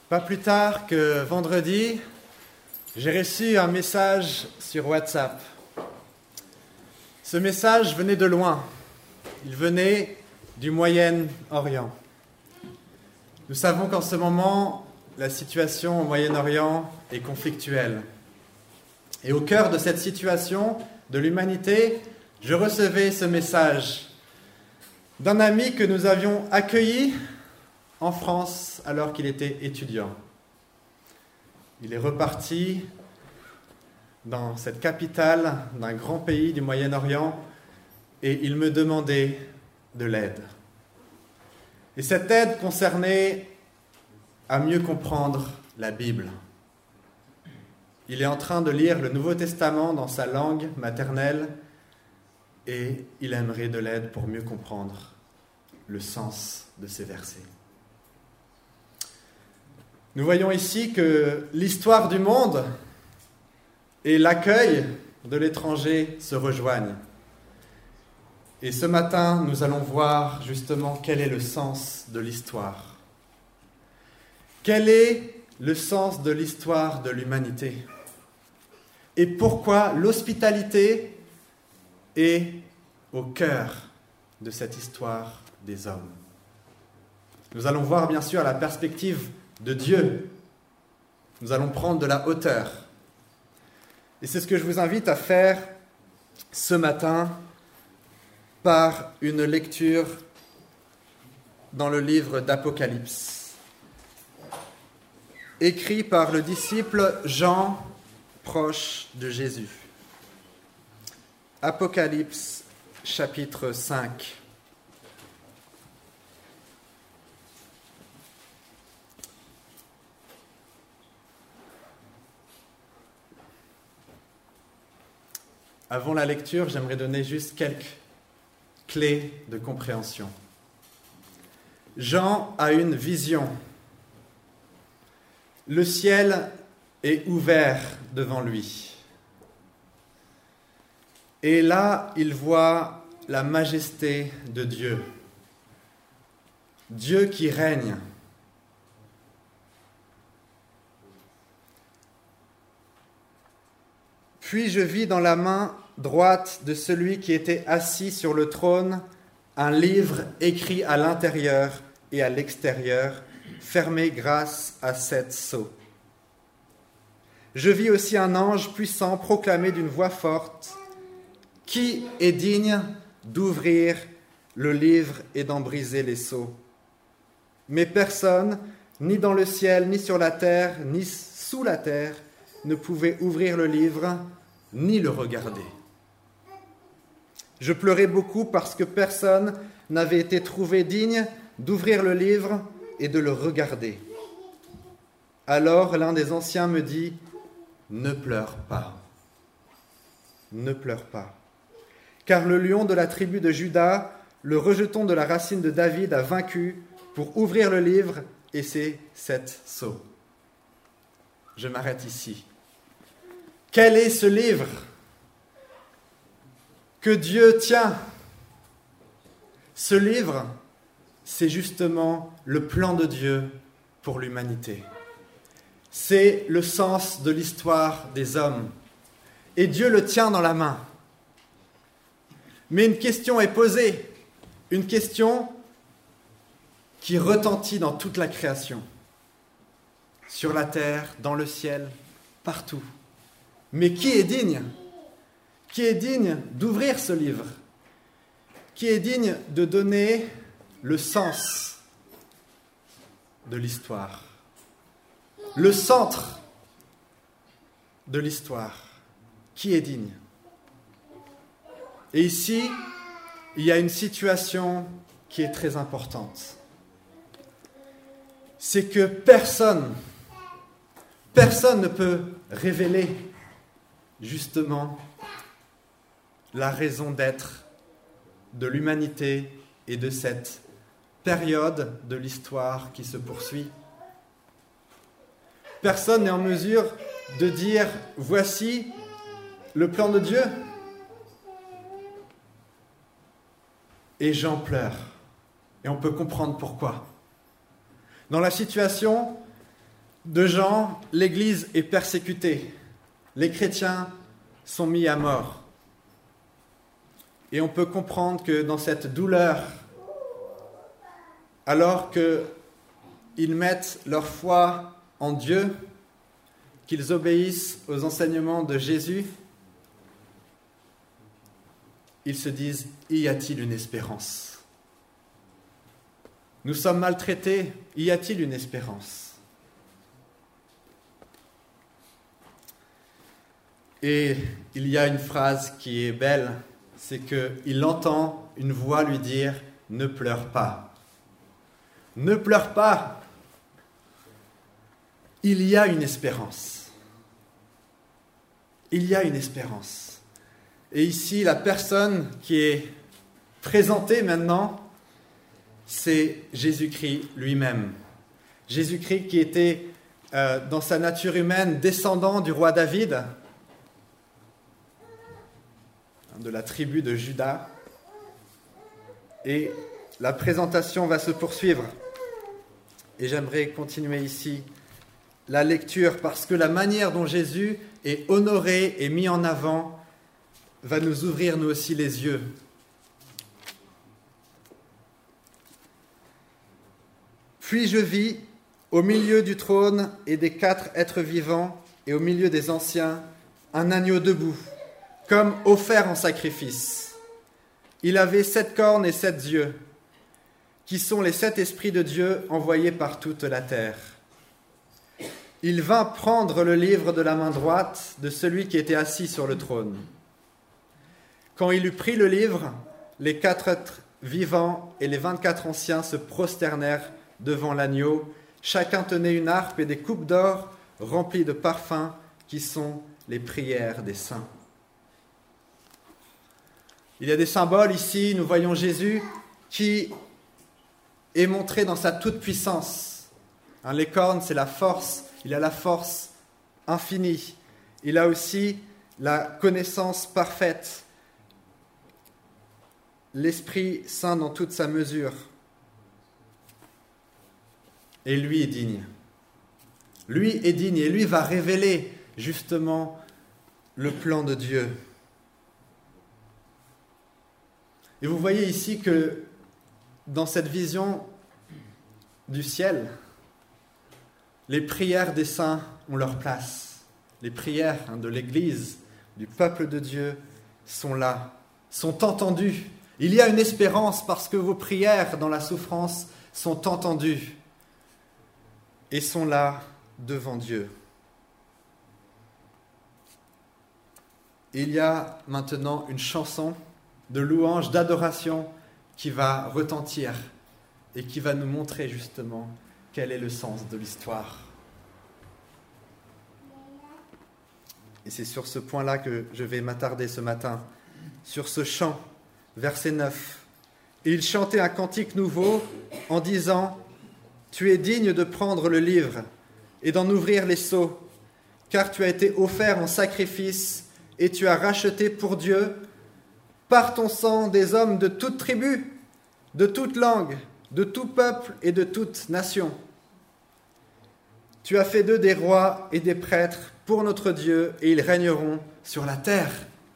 Pas plus tard que vendredi, j'ai reçu un message sur WhatsApp. Ce message venait de loin. Il venait du Moyen-Orient. Nous savons qu'en ce moment, la situation au Moyen-Orient est conflictuelle. Et au cœur de cette situation de l'humanité, je recevais ce message d'un ami que nous avions accueilli en France alors qu'il était étudiant. Il est reparti dans cette capitale d'un grand pays du Moyen-Orient et il me demandait de l'aide. Et cette aide concernait à mieux comprendre la Bible. Il est en train de lire le Nouveau Testament dans sa langue maternelle et il aimerait de l'aide pour mieux comprendre le sens de ces versets. Nous voyons ici que l'histoire du monde et l'accueil de l'étranger se rejoignent. Et ce matin, nous allons voir justement quel est le sens de l'histoire. Quel est le sens de l'histoire de l'humanité? Et pourquoi l'hospitalité est au cœur de cette histoire des hommes? Nous allons voir bien sûr la perspective de Dieu. Nous allons prendre de la hauteur. Et c'est ce que je vous invite à faire ce matin par une lecture dans le livre d'Apocalypse, écrit par le disciple Jean, proche de Jésus. Apocalypse, chapitre 5. Avant la lecture, j'aimerais donner juste quelques clés de compréhension. Jean a une vision. Le ciel est ouvert devant lui. Et là, il voit la majesté de Dieu. Dieu qui règne. Puis je vis dans la main droite de celui qui était assis sur le trône un livre écrit à l'intérieur et à l'extérieur, fermé grâce à 7 sceaux. Je vis aussi un ange puissant proclamer d'une voix forte : « Qui est digne d'ouvrir le livre et d'en briser les sceaux ? Mais personne, ni dans le ciel, ni sur la terre, ni sous la terre, ne pouvait ouvrir le livre, ni le regarder. Je pleurais beaucoup parce que personne n'avait été trouvé digne d'ouvrir le livre et de le regarder. Alors l'un des anciens me dit : « Ne pleure pas, ne pleure pas, car le lion de la tribu de Juda, le rejeton de la racine de David, a vaincu pour ouvrir le livre et ses 7 sceaux. » Je m'arrête ici. Quel est ce livre que Dieu tient? Ce livre, c'est justement le plan de Dieu pour l'humanité. C'est le sens de l'histoire des hommes. Et Dieu le tient dans la main. Mais une question est posée, une question qui retentit dans toute la création, sur la terre, dans le ciel, partout. Mais qui est digne? Qui est digne d'ouvrir ce livre? Qui est digne de donner le sens de l'histoire? Le centre de l'histoire. Qui est digne? Et ici, il y a une situation qui est très importante. C'est que personne ne peut révéler justement la raison d'être de l'humanité et de cette période de l'histoire qui se poursuit. Personne n'est en mesure de dire « Voici le plan de Dieu ». Et Jean pleure. Et on peut comprendre pourquoi. Dans la situation, de Jean, l'Église est persécutée. Les chrétiens sont mis à mort. Et on peut comprendre que dans cette douleur, alors qu'ils mettent leur foi en Dieu, qu'ils obéissent aux enseignements de Jésus, ils se disent, y a-t-il une espérance ? Nous sommes maltraités, y a-t-il une espérance ? Et il y a une phrase qui est belle, c'est qu'il entend une voix lui dire « Ne pleure pas ». Ne pleure pas. Il y a une espérance. Il y a une espérance. Et ici, la personne qui est présentée maintenant, c'est Jésus-Christ lui-même. Jésus-Christ qui était dans sa nature humaine descendant du roi David, de la tribu de Juda. Et la présentation va se poursuivre. Et j'aimerais continuer ici la lecture parce que la manière dont Jésus est honoré et mis en avant va nous ouvrir nous aussi les yeux. Puis je vis au milieu du trône et des 4 êtres vivants et au milieu des anciens un agneau debout, comme offert en sacrifice. Il avait 7 cornes et 7 yeux, qui sont les 7 esprits de Dieu envoyés par toute la terre. Il vint prendre le livre de la main droite de celui qui était assis sur le trône. Quand il eut pris le livre, les 4 êtres vivants et les 24 anciens se prosternèrent devant l'agneau. Chacun tenait une harpe et des coupes d'or remplies de parfums qui sont les prières des saints. Il y a des symboles ici, nous voyons Jésus qui est montré dans sa toute-puissance. Les cornes, c'est la force, il a la force infinie. Il a aussi la connaissance parfaite, l'Esprit Saint dans toute sa mesure. Et lui est digne. Lui est digne et lui va révéler justement le plan de Dieu. Et vous voyez ici que dans cette vision du ciel, les prières des saints ont leur place. Les prières de l'Église, du peuple de Dieu, sont là, sont entendues. Il y a une espérance parce que vos prières dans la souffrance sont entendues et sont là devant Dieu. Il y a maintenant une chanson de louange, d'adoration qui va retentir et qui va nous montrer justement quel est le sens de l'histoire. Et c'est sur ce point-là que je vais m'attarder ce matin, sur ce chant, verset 9. Et il chantait un cantique nouveau en disant « Tu es digne de prendre le livre et d'en ouvrir les sceaux, car tu as été offert en sacrifice et tu as racheté pour Dieu par ton sang des hommes de toute tribu, de toute langue, de tout peuple et de toute nation. Tu as fait d'eux des rois et des prêtres pour notre Dieu, et ils régneront sur la terre. »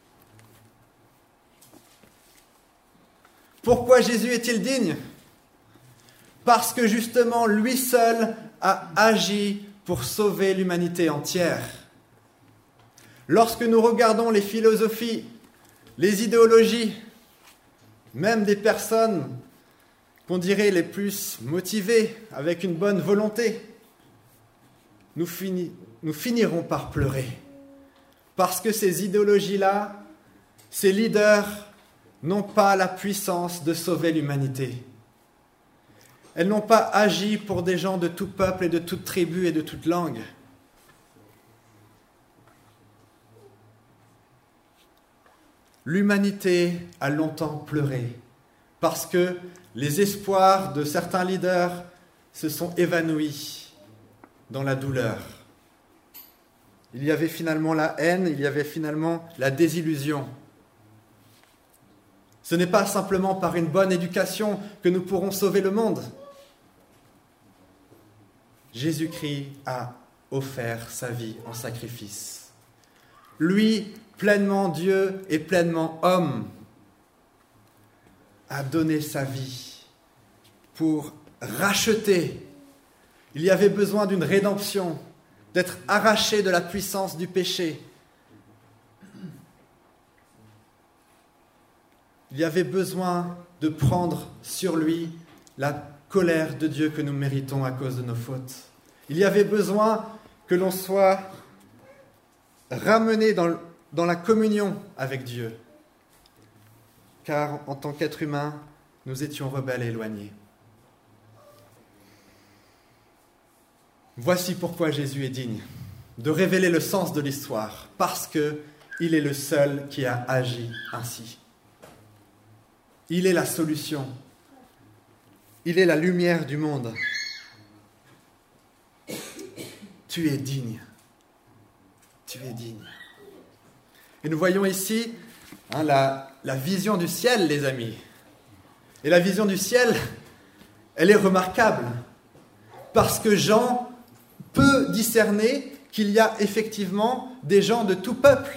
Pourquoi Jésus est-il digne ? Parce que justement, lui seul a agi pour sauver l'humanité entière. Lorsque nous regardons les philosophies, les idéologies, même des personnes qu'on dirait les plus motivées, avec une bonne volonté, nous finirons par pleurer. Parce que ces idéologies-là, ces leaders n'ont pas la puissance de sauver l'humanité. Elles n'ont pas agi pour des gens de tout peuple et de toute tribu et de toute langue. L'humanité a longtemps pleuré parce que les espoirs de certains leaders se sont évanouis dans la douleur. Il y avait finalement la haine, il y avait finalement la désillusion. Ce n'est pas simplement par une bonne éducation que nous pourrons sauver le monde. Jésus-Christ a offert sa vie en sacrifice. Lui, pleinement Dieu et pleinement homme, a donné sa vie pour racheter. Il y avait besoin d'une rédemption, d'être arraché de la puissance du péché. Il y avait besoin de prendre sur lui la colère de Dieu que nous méritons à cause de nos fautes. Il y avait besoin que l'on soit ramené dans la communion avec Dieu. Car en tant qu'être humain, nous étions rebelles et éloignés. Voici pourquoi Jésus est digne de révéler le sens de l'histoire, parce qu'il est le seul qui a agi ainsi. Il est la solution. Il est la lumière du monde. Tu es digne. Tu es digne. Et nous voyons ici la vision du ciel, les amis. Et la vision du ciel, elle est remarquable. Parce que Jean peut discerner qu'il y a effectivement des gens de tout peuple.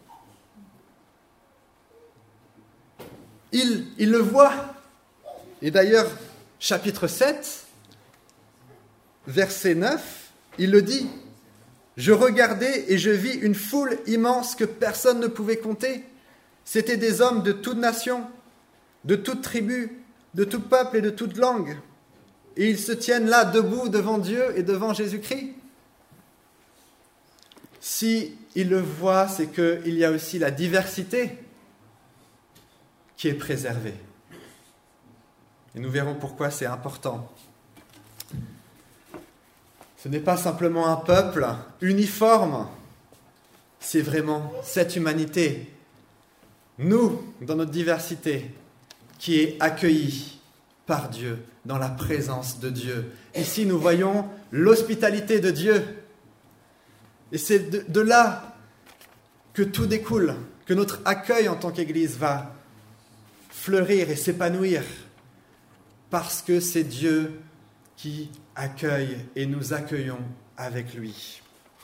Il le voit. Et d'ailleurs, chapitre 7, verset 9, il le dit. « Je regardais et je vis une foule immense que personne ne pouvait compter. C'étaient des hommes de toute nation, de toute tribu, de tout peuple et de toute langue. Et ils se tiennent là debout devant Dieu et devant Jésus-Christ. » Si il le voit, c'est qu'il y a aussi la diversité qui est préservée. Et nous verrons pourquoi c'est important. Ce n'est pas simplement un peuple uniforme, c'est vraiment cette humanité, nous, dans notre diversité, qui est accueillie par Dieu, dans la présence de Dieu. Ici, nous voyons l'hospitalité de Dieu. Et c'est de là que tout découle, que notre accueil en tant qu'Église va fleurir et s'épanouir, parce que c'est Dieu qui accueille et nous accueillons avec lui.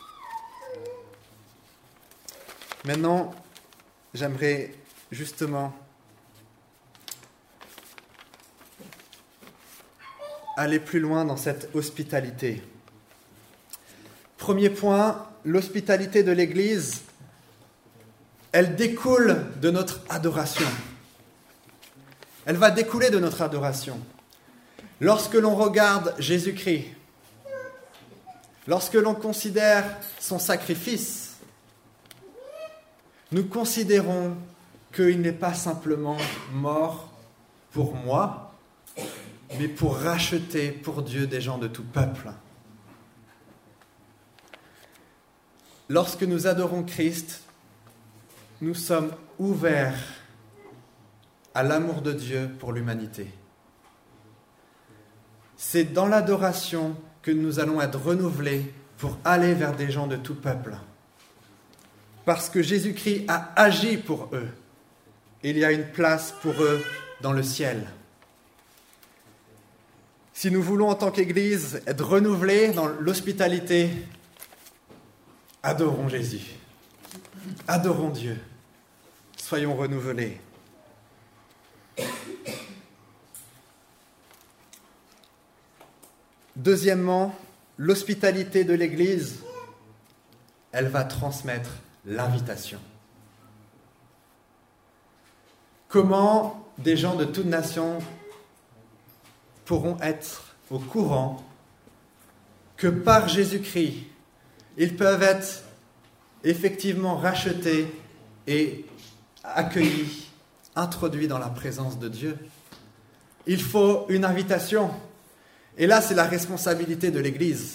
Maintenant, j'aimerais justement aller plus loin dans cette hospitalité. Premier point, l'hospitalité de l'Église, elle découle de notre adoration. Elle va découler de notre adoration. Lorsque l'on regarde Jésus-Christ, lorsque l'on considère son sacrifice, nous considérons qu'il n'est pas simplement mort pour moi, mais pour racheter pour Dieu des gens de tout peuple. Lorsque nous adorons Christ, nous sommes ouverts à l'amour de Dieu pour l'humanité. C'est dans l'adoration que nous allons être renouvelés pour aller vers des gens de tout peuple. Parce que Jésus-Christ a agi pour eux. Il y a une place pour eux dans le ciel. Si nous voulons en tant qu'Église être renouvelés dans l'hospitalité, adorons Jésus. Adorons Dieu. Soyons renouvelés. Deuxièmement, l'hospitalité de l'Église, elle va transmettre l'invitation. Comment des gens de toute nation pourront être au courant que par Jésus-Christ, ils peuvent être effectivement rachetés et accueillis, introduits dans la présence de Dieu? Il faut une invitation. Et là, c'est la responsabilité de l'Église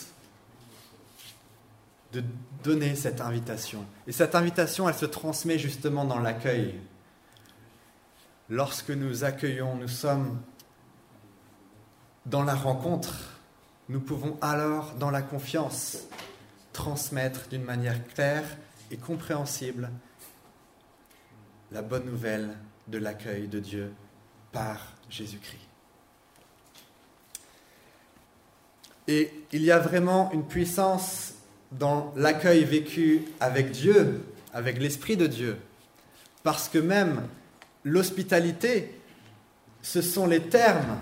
de donner cette invitation. Et cette invitation, elle se transmet justement dans l'accueil. Lorsque nous accueillons, nous sommes dans la rencontre, nous pouvons alors, dans la confiance, transmettre d'une manière claire et compréhensible la bonne nouvelle de l'accueil de Dieu par Jésus-Christ. Et il y a vraiment une puissance dans l'accueil vécu avec Dieu, avec l'Esprit de Dieu. Parce que même l'hospitalité, ce sont les termes,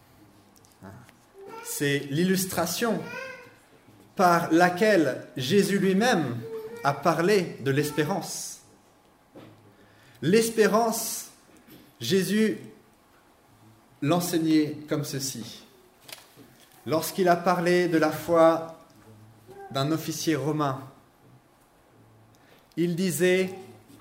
c'est l'illustration par laquelle Jésus lui-même a parlé de l'espérance. L'espérance, Jésus l'enseignait comme ceci. Lorsqu'il a parlé de la foi d'un officier romain, il disait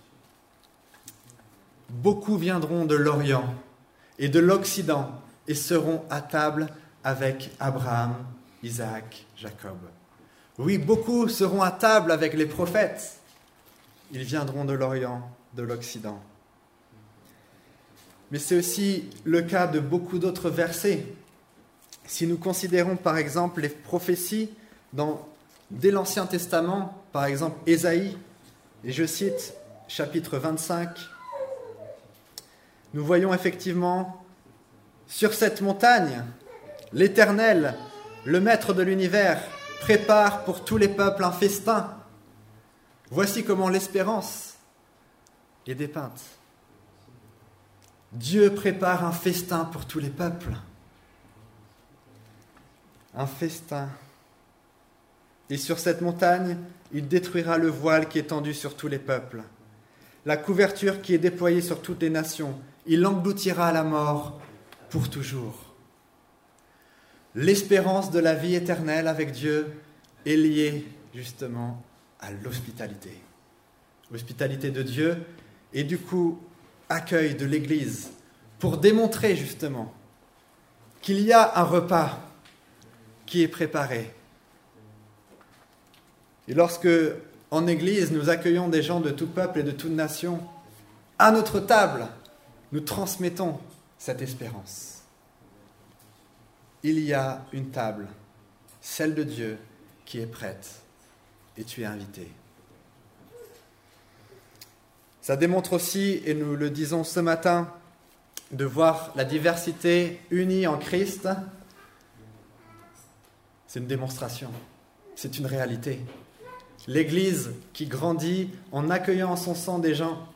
« Beaucoup viendront de l'Orient et de l'Occident et seront à table avec Abraham, Isaac, Jacob. » Oui, beaucoup seront à table avec les prophètes. Ils viendront de l'Orient, de l'Occident. Mais c'est aussi le cas de beaucoup d'autres versets. Si nous considérons par exemple les prophéties dès l'Ancien Testament, par exemple Ésaïe, et je cite chapitre 25, nous voyons effectivement « Sur cette montagne, l'Éternel, le Maître de l'univers, prépare pour tous les peuples un festin. Voici comment l'espérance est dépeinte. Dieu prépare un festin pour tous les peuples. Un festin. Et sur cette montagne, il détruira le voile qui est tendu sur tous les peuples, la couverture qui est déployée sur toutes les nations. Il engloutira la mort pour toujours. L'espérance de la vie éternelle avec Dieu est liée justement à l'hospitalité. L'hospitalité de Dieu et du coup accueil de l'Église pour démontrer justement qu'il y a un repas qui est préparé. Et lorsque en Église nous accueillons des gens de tout peuple et de toute nation, à notre table, nous transmettons cette espérance. Il y a une table, celle de Dieu, qui est prête, et tu es invité. Ça démontre aussi, et nous le disons ce matin, de voir la diversité unie en Christ. C'est une démonstration, c'est une réalité. L'Église qui grandit en accueillant en son sein des gens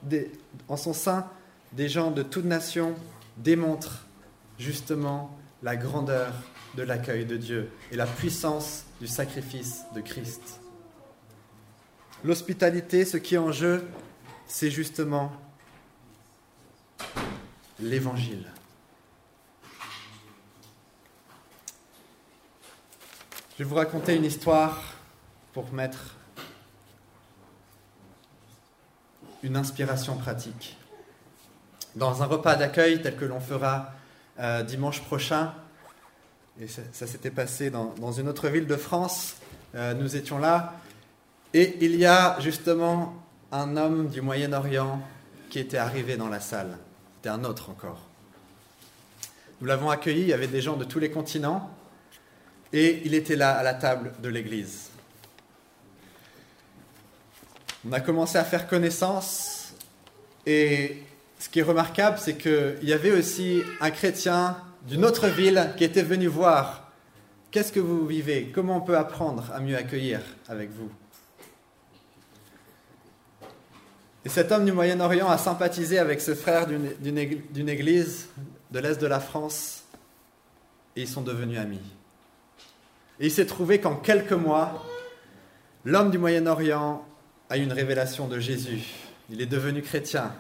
de toute nation démontre justement la grandeur de l'accueil de Dieu et la puissance du sacrifice de Christ. L'hospitalité, ce qui est en jeu, c'est justement l'Évangile. Je vais vous raconter une histoire pour mettre une inspiration pratique. Dans un repas d'accueil tel que l'on fera dimanche prochain, et ça s'était passé dans une autre ville de France, nous étions là, et il y a justement un homme du Moyen-Orient qui était arrivé dans la salle. C'était un autre encore. Nous l'avons accueilli, il y avait des gens de tous les continents, et il était là à la table de l'église. On a commencé à faire connaissance, et ce qui est remarquable, c'est qu'il y avait aussi un chrétien d'une autre ville qui était venu voir. Qu'est-ce que vous vivez? Comment on peut apprendre à mieux accueillir avec vous? Et cet homme du Moyen-Orient a sympathisé avec ce frère d'une église de l'Est de la France, et ils sont devenus amis. Et il s'est trouvé qu'en quelques mois, l'homme du Moyen-Orient a eu une révélation de Jésus. Il est devenu chrétien.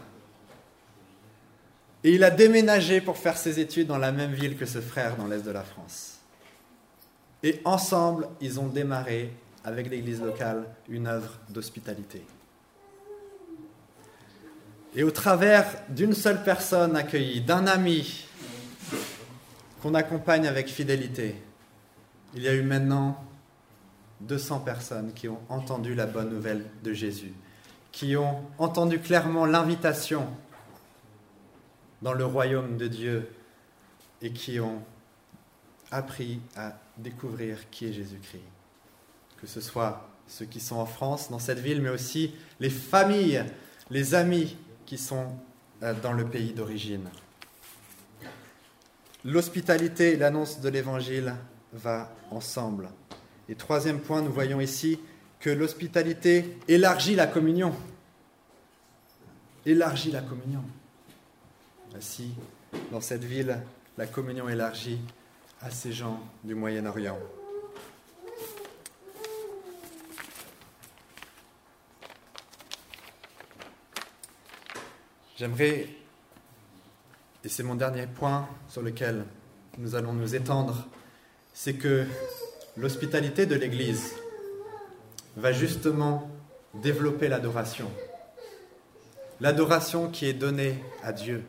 Et il a déménagé pour faire ses études dans la même ville que ce frère dans l'Est de la France. Et ensemble, ils ont démarré, avec l'église locale, une œuvre d'hospitalité. Et au travers d'une seule personne accueillie, d'un ami qu'on accompagne avec fidélité, il y a eu maintenant 200 personnes qui ont entendu la bonne nouvelle de Jésus, qui ont entendu clairement l'invitation dans le royaume de Dieu et qui ont appris à découvrir qui est Jésus-Christ. Que ce soit ceux qui sont en France, dans cette ville, mais aussi les familles, les amis qui sont dans le pays d'origine. L'hospitalité et l'annonce de l'Évangile va ensemble. Et troisième point, nous voyons ici que l'hospitalité élargit la communion. Élargit la communion. Ainsi, dans cette ville, la communion élargie à ces gens du Moyen-Orient. J'aimerais, et c'est mon dernier point sur lequel nous allons nous étendre, c'est que l'hospitalité de l'Église va justement développer l'adoration. L'adoration qui est donnée à Dieu.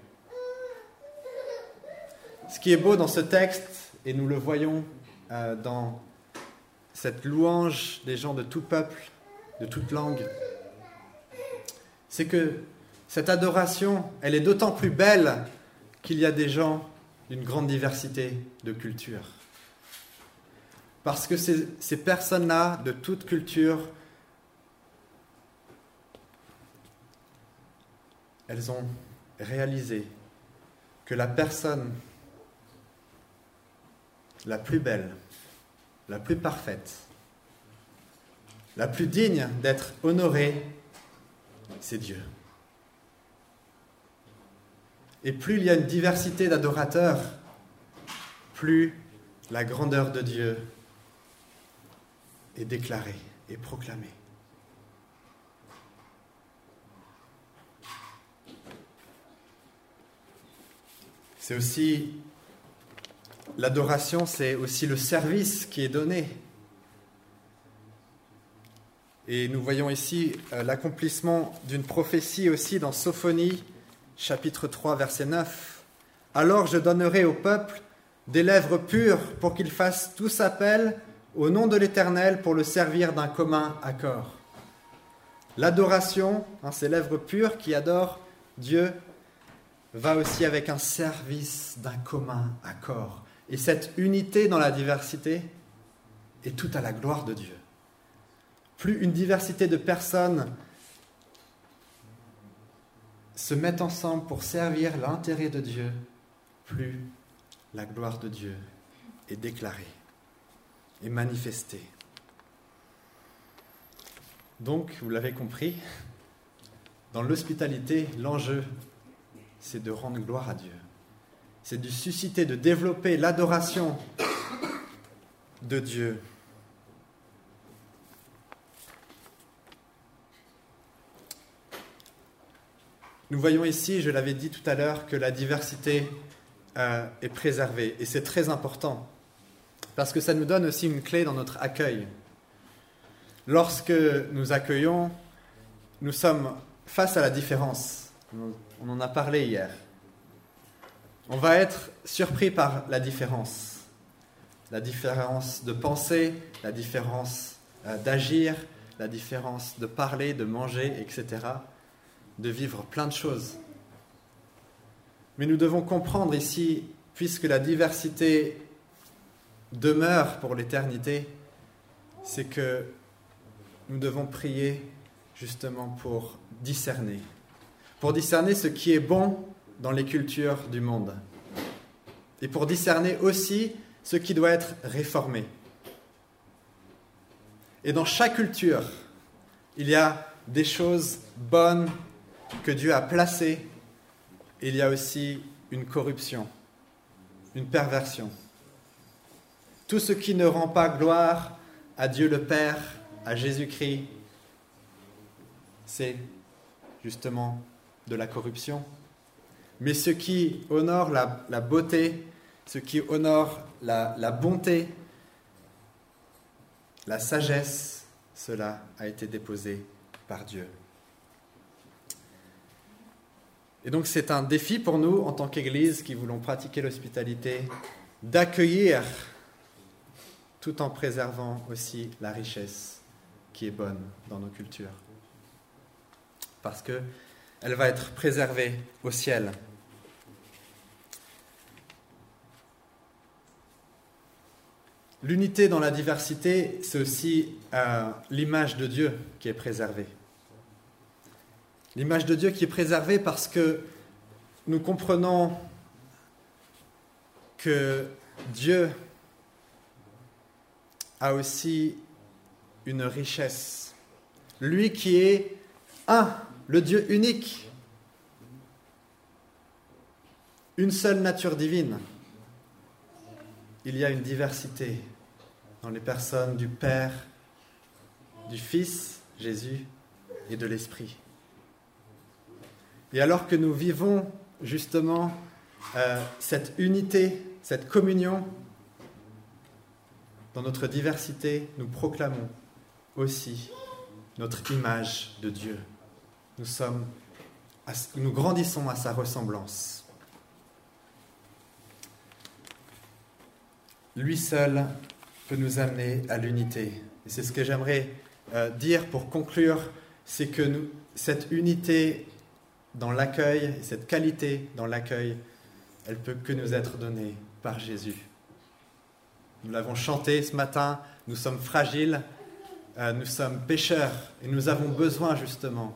Ce qui est beau dans ce texte, et nous le voyons dans cette louange des gens de tout peuple, de toute langue, c'est que cette adoration, elle est d'autant plus belle qu'il y a des gens d'une grande diversité de cultures. Parce que ces personnes-là, de toute culture, elles ont réalisé que la personne la plus belle, la plus parfaite, la plus digne d'être honorée, c'est Dieu. Et plus il y a une diversité d'adorateurs, plus la grandeur de Dieu est déclarée et proclamée. C'est aussi l'adoration, c'est aussi le service qui est donné. Et nous voyons ici l'accomplissement d'une prophétie aussi dans Sophonie, chapitre 3, verset 9. « Alors je donnerai au peuple des lèvres pures pour qu'ils fassent tous appel au nom de l'Éternel pour le servir d'un commun accord. » L'adoration, ces lèvres pures qui adorent Dieu, va aussi avec un service d'un commun accord. Et cette unité dans la diversité est tout à la gloire de Dieu. Plus une diversité de personnes se mettent ensemble pour servir l'intérêt de Dieu, plus la gloire de Dieu est déclarée et manifestée. Donc, vous l'avez compris, dans l'hospitalité, l'enjeu, c'est de rendre gloire à Dieu. C'est de susciter, de développer l'adoration de Dieu. Nous voyons ici, je l'avais dit tout à l'heure, que la diversité est préservée. Et c'est très important, parce que ça nous donne aussi une clé dans notre accueil. Lorsque nous accueillons, nous sommes face à la différence. On en a parlé hier. On va être surpris par la différence de pensée, la différence d'agir, la différence de parler, de manger, etc., de vivre plein de choses. Mais nous devons comprendre ici, puisque la diversité demeure pour l'éternité, c'est que nous devons prier justement pour discerner ce qui est bon dans les cultures du monde, et pour discerner aussi ce qui doit être réformé. Et dans chaque culture, il y a des choses bonnes que Dieu a placées, et il y a aussi une corruption, une perversion. Tout ce qui ne rend pas gloire à Dieu le Père, à Jésus-Christ, c'est justement de la corruption. Mais ce qui honore la beauté, ce qui honore la bonté, la sagesse, cela a été déposé par Dieu. Et donc c'est un défi pour nous, en tant qu'Église qui voulons pratiquer l'hospitalité, d'accueillir tout en préservant aussi la richesse qui est bonne dans nos cultures. Parce qu'elle va être préservée au ciel. L'unité dans la diversité, c'est aussi l'image de Dieu qui est préservée. L'image de Dieu qui est préservée parce que nous comprenons que Dieu a aussi une richesse. Lui qui est un, le Dieu unique, une seule nature divine. Il y a une diversité dans les personnes du Père, du Fils, Jésus, et de l'Esprit. Et alors que nous vivons justement cette unité, cette communion, dans notre diversité, nous proclamons aussi notre image de Dieu. Nous grandissons à sa ressemblance. Lui seul peut nous amener à l'unité. Et c'est ce que j'aimerais dire pour conclure, c'est que cette unité dans l'accueil, cette qualité dans l'accueil, elle peut que nous être donnée par Jésus. Nous l'avons chanté ce matin, nous sommes fragiles, nous sommes pécheurs et nous avons besoin justement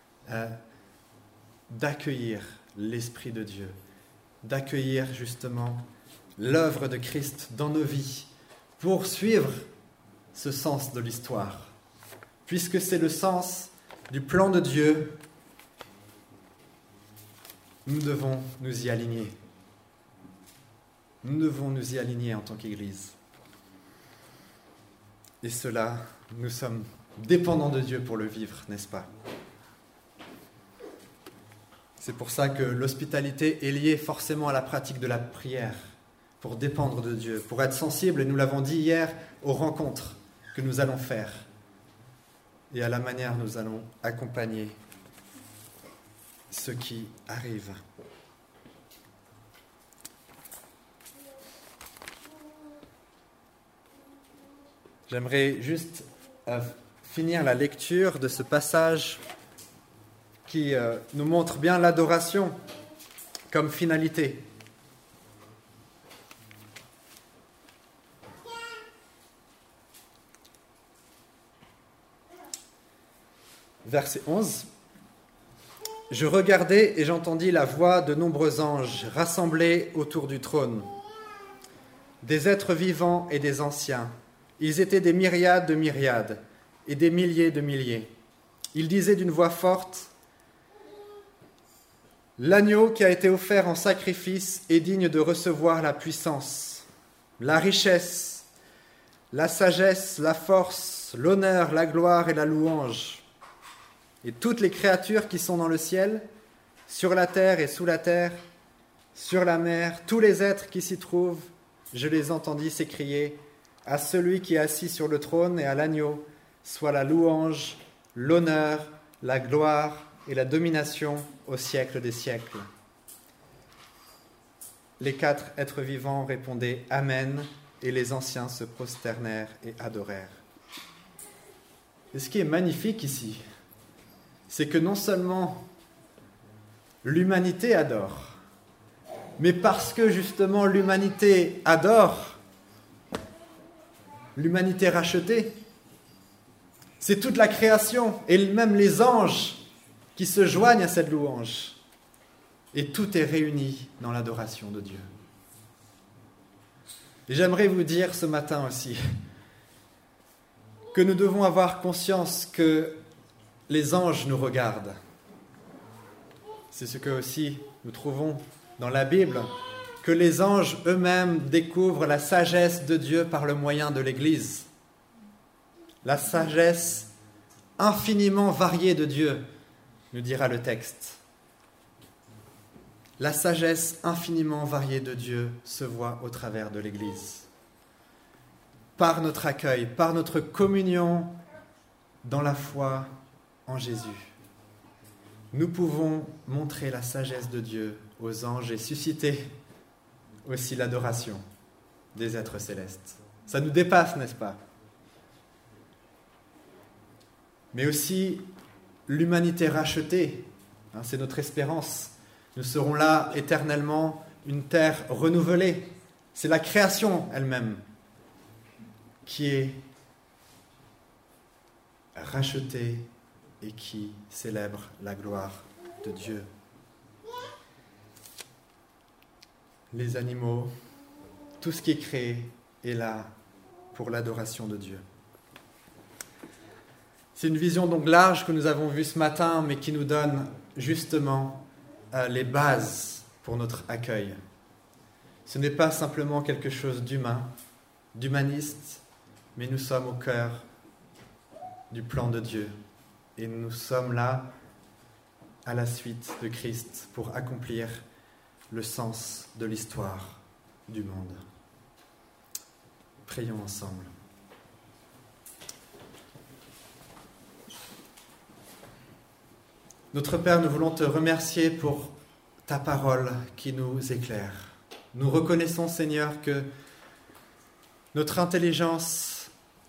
d'accueillir l'Esprit de Dieu, d'accueillir justement l'œuvre de Christ dans nos vies pour suivre ce sens de l'histoire. Puisque c'est le sens du plan de Dieu, nous devons nous y aligner. Nous devons nous y aligner en tant qu'Église. Et cela, nous sommes dépendants de Dieu pour le vivre, n'est-ce pas ? C'est pour ça que l'hospitalité est liée forcément à la pratique de la prière, pour dépendre de Dieu, pour être sensible, et nous l'avons dit hier, aux rencontres que nous allons faire et à la manière dont nous allons accompagner ceux qui arrivent. J'aimerais juste finir la lecture de ce passage qui nous montre bien l'adoration comme finalité. Verset 11. « Je regardai et j'entendis la voix de nombreux anges rassemblés autour du trône, des êtres vivants et des anciens. Ils étaient des myriades de myriades et des milliers de milliers. Ils disaient d'une voix forte, « L'agneau qui a été offert en sacrifice est digne de recevoir la puissance, la richesse, la sagesse, la force, l'honneur, la gloire et la louange. Et toutes les créatures qui sont dans le ciel, sur la terre et sous la terre, sur la mer, tous les êtres qui s'y trouvent, je les entendis s'écrier, à celui qui est assis sur le trône et à l'agneau, soit la louange, l'honneur, la gloire et la domination au siècle des siècles. » Les 4 êtres vivants répondaient « Amen » et les anciens se prosternèrent et adorèrent. Et ce qui est magnifique ici, c'est que non seulement l'humanité adore, mais parce que justement l'humanité adore, l'humanité rachetée, c'est toute la création et même les anges qui se joignent à cette louange. Et tout est réuni dans l'adoration de Dieu. Et j'aimerais vous dire ce matin aussi que nous devons avoir conscience que les anges nous regardent. C'est ce que aussi nous trouvons dans la Bible, que les anges eux-mêmes découvrent la sagesse de Dieu par le moyen de l'Église. La sagesse infiniment variée de Dieu, nous dira le texte. La sagesse infiniment variée de Dieu se voit au travers de l'Église. Par notre accueil, par notre communion dans la foi en Jésus, nous pouvons montrer la sagesse de Dieu aux anges et susciter aussi l'adoration des êtres célestes. Ça nous dépasse, n'est-ce pas ? Mais aussi l'humanité rachetée, c'est notre espérance. Nous serons là éternellement, une terre renouvelée. C'est la création elle-même qui est rachetée et qui célèbre la gloire de Dieu. Les animaux, tout ce qui est créé est là pour l'adoration de Dieu. C'est une vision donc large que nous avons vue ce matin, mais qui nous donne justement les bases pour notre accueil. Ce n'est pas simplement quelque chose d'humain, d'humaniste, mais nous sommes au cœur du plan de Dieu. Et nous sommes là à la suite de Christ pour accomplir le sens de l'histoire du monde. Prions ensemble. Notre Père, nous voulons te remercier pour ta parole qui nous éclaire. Nous reconnaissons, Seigneur, que notre intelligence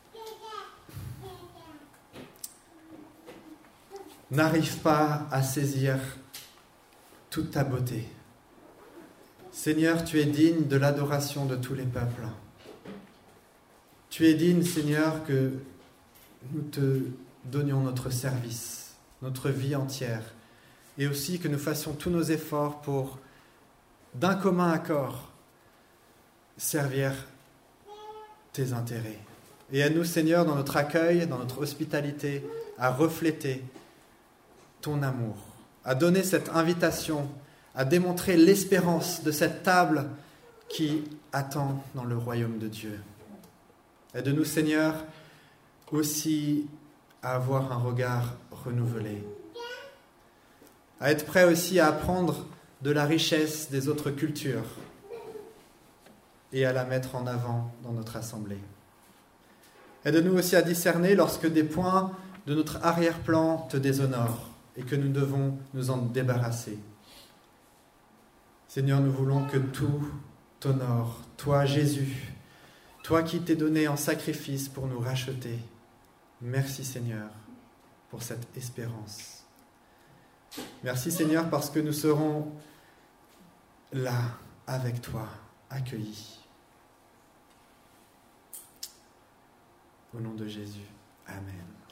n'arrive pas à saisir toute ta beauté. Seigneur, tu es digne de l'adoration de tous les peuples. Tu es digne, Seigneur, que nous te donnions notre service, notre vie entière, et aussi que nous fassions tous nos efforts pour, d'un commun accord, servir tes intérêts. Et à nous, Seigneur, dans notre accueil, dans notre hospitalité, à refléter ton amour, à donner cette invitation, à démontrer l'espérance de cette table qui attend dans le royaume de Dieu. Aide-nous, Seigneur, aussi à avoir un regard renouvelé, à être prêt aussi à apprendre de la richesse des autres cultures et à la mettre en avant dans notre assemblée. Aide-nous aussi à discerner lorsque des points de notre arrière-plan te déshonorent et que nous devons nous en débarrasser. Seigneur, nous voulons que tout t'honore, toi Jésus, toi qui t'es donné en sacrifice pour nous racheter. Merci Seigneur pour cette espérance. Merci Seigneur parce que nous serons là avec toi, accueillis. Au nom de Jésus, Amen.